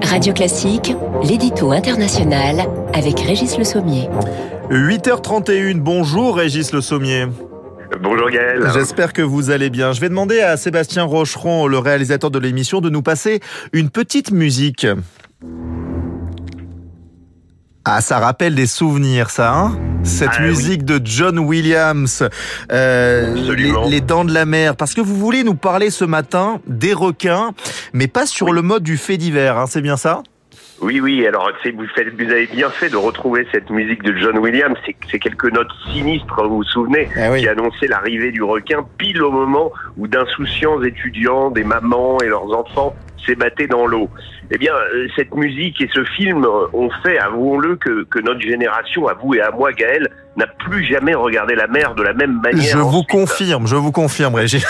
Radio Classique, l'édito international avec Régis Le Sommier. 8h31, bonjour Régis Le Sommier. Bonjour Gaël. J'espère que vous allez bien. Je vais demander à Sébastien Rocheron, le réalisateur de l'émission, de nous passer une petite musique. Ah, ça rappelle des souvenirs, ça, hein ? Cette musique de John Williams, les Dents de la Mer. Parce que vous voulez nous parler ce matin des requins, mais pas sur le mode du fait divers, hein, c'est bien ça ? Oui, alors vous avez bien fait de retrouver cette musique de John Williams, c'est quelques notes sinistres, vous vous souvenez, qui annonçaient l'arrivée du requin pile au moment où d'insouciants étudiants, des mamans et leurs enfants s'ébattaient dans l'eau. Eh bien, cette musique et ce film ont fait, avouons-le, que notre génération, à vous et à moi, Gaël, n'a plus jamais regardé la mer de la même manière. Je vous confirme, Régis.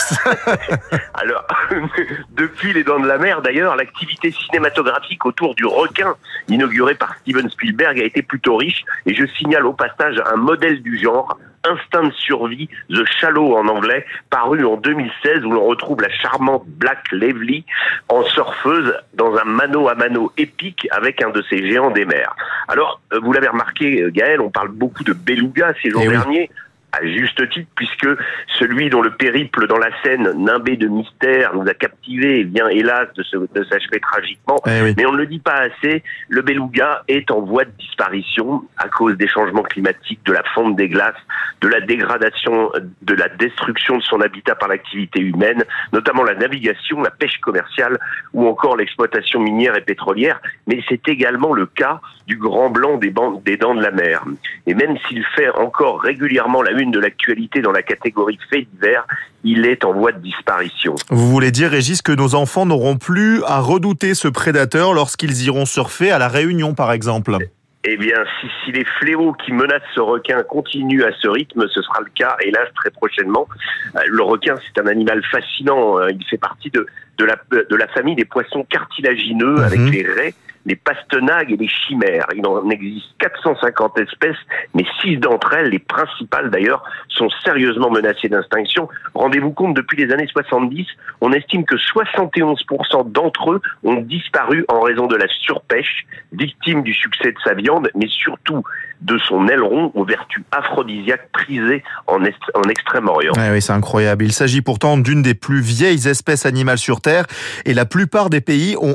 Alors, depuis Les Dents de la Mer, d'ailleurs, l'activité cinématographique autour du requin, inaugurée par Steven Spielberg, a été plutôt riche. Et je signale au passage un modèle du genre, Instinct de survie, The Shallow en anglais, paru en 2016, où l'on retrouve la charmante Black Lively en surfeuse dans un mano à mano épique avec un de ces géants des mers. Alors, vous l'avez remarqué, Gaël, on parle beaucoup de beluga ces jours derniers. À juste titre, puisque celui dont le périple dans la Seine, nimbé de mystère, nous a captivés et vient hélas de s'achever tragiquement. Mais on ne le dit pas assez, le beluga est en voie de disparition à cause des changements climatiques, de la fonte des glaces, de la dégradation, de la destruction de son habitat par l'activité humaine, notamment la navigation, la pêche commerciale ou encore l'exploitation minière et pétrolière. Mais c'est également le cas du grand blanc des Dents de la Mer. Et même s'il fait encore régulièrement la une de l'actualité dans la catégorie fait divers, il est en voie de disparition. Vous voulez dire, Régis, que nos enfants n'auront plus à redouter ce prédateur lorsqu'ils iront surfer à La Réunion, par exemple ? Eh bien, si les fléaux qui menacent ce requin continuent à ce rythme, ce sera le cas, hélas, très prochainement. Le requin, c'est un animal fascinant. Il fait partie de la famille des poissons cartilagineux, avec les raies, les pastenagues et les chimères. Il en existe 450 espèces, mais 6 d'entre elles, les principales d'ailleurs, sont sérieusement menacées d'extinction. Rendez-vous compte, depuis les années 70, on estime que 71% d'entre eux ont disparu en raison de la surpêche, victime du succès de sa viande, mais surtout de son aileron aux vertus aphrodisiaques prisées en Extrême-Orient. Oui, c'est incroyable. Il s'agit pourtant d'une des plus vieilles espèces animales sur Terre et la plupart des pays ont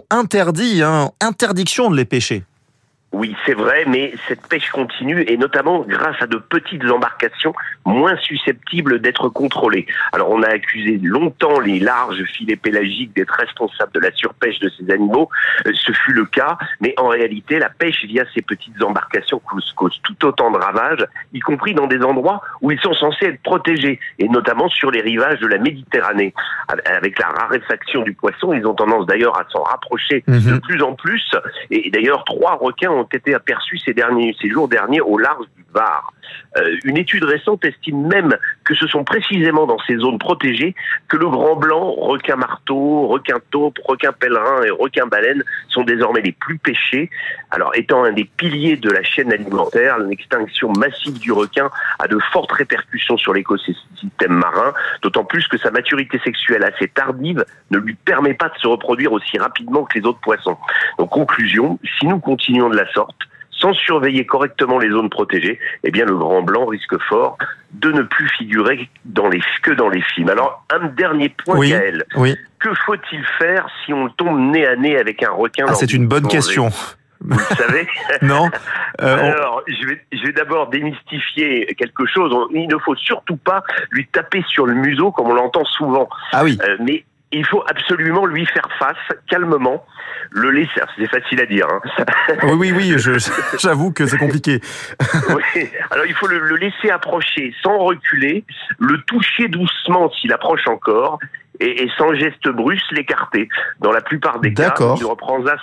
interdiction de les pêcher. Oui, c'est vrai, mais cette pêche continue et notamment grâce à de petites embarcations moins susceptibles d'être contrôlées. Alors on a accusé longtemps les larges filets pélagiques d'être responsables de la surpêche de ces animaux. Ce fut le cas, mais en réalité la pêche via ces petites embarcations cause tout autant de ravages, y compris dans des endroits où ils sont censés être protégés, et notamment sur les rivages de la Méditerranée. Avec la raréfaction du poisson, ils ont tendance d'ailleurs à s'en rapprocher de plus en plus, et d'ailleurs 3 requins ont été aperçus ces jours derniers au large du Var. Une étude récente estime même que ce sont précisément dans ces zones protégées que le grand blanc, requin marteau, requin taupe, requin pèlerin et requin baleine sont désormais les plus pêchés. Alors, étant un des piliers de la chaîne alimentaire, l'extinction massive du requin a de fortes répercussions sur l'écosystème marin, d'autant plus que sa maturité sexuelle assez tardive ne lui permet pas de se reproduire aussi rapidement que les autres poissons. Donc, conclusion, si nous continuons de la sorte, sans surveiller correctement les zones protégées, eh bien le grand blanc risque fort de ne plus figurer que dans les films. Alors, un dernier point, Gaël. Que faut-il faire si on tombe nez à nez avec un requin ? C'est une bonne question. Vous le savez ? Non. Alors, je vais d'abord démystifier quelque chose. Il ne faut surtout pas lui taper sur le museau comme on l'entend souvent. Ah oui. Mais il faut absolument lui faire face, calmement, le laisser... C'est facile à dire. Oui, j'avoue que c'est compliqué. Oui. Alors, il faut le laisser approcher sans reculer, le toucher doucement s'il approche encore, et sans geste brusque, l'écarter. Dans la plupart des cas, il reprendra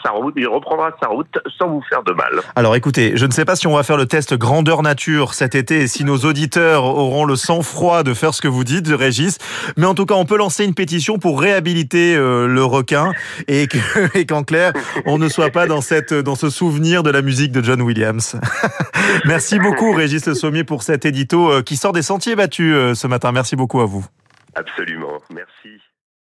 sa route sans vous faire de mal. Alors écoutez, je ne sais pas si on va faire le test grandeur nature cet été et si nos auditeurs auront le sang-froid de faire ce que vous dites, Régis, mais en tout cas, on peut lancer une pétition pour réhabiliter le requin et qu'en clair, on ne soit pas dans ce souvenir de la musique de John Williams. Merci beaucoup, Régis Le Sommier, pour cet édito qui sort des sentiers battus ce matin. Merci beaucoup à vous. Absolument, merci.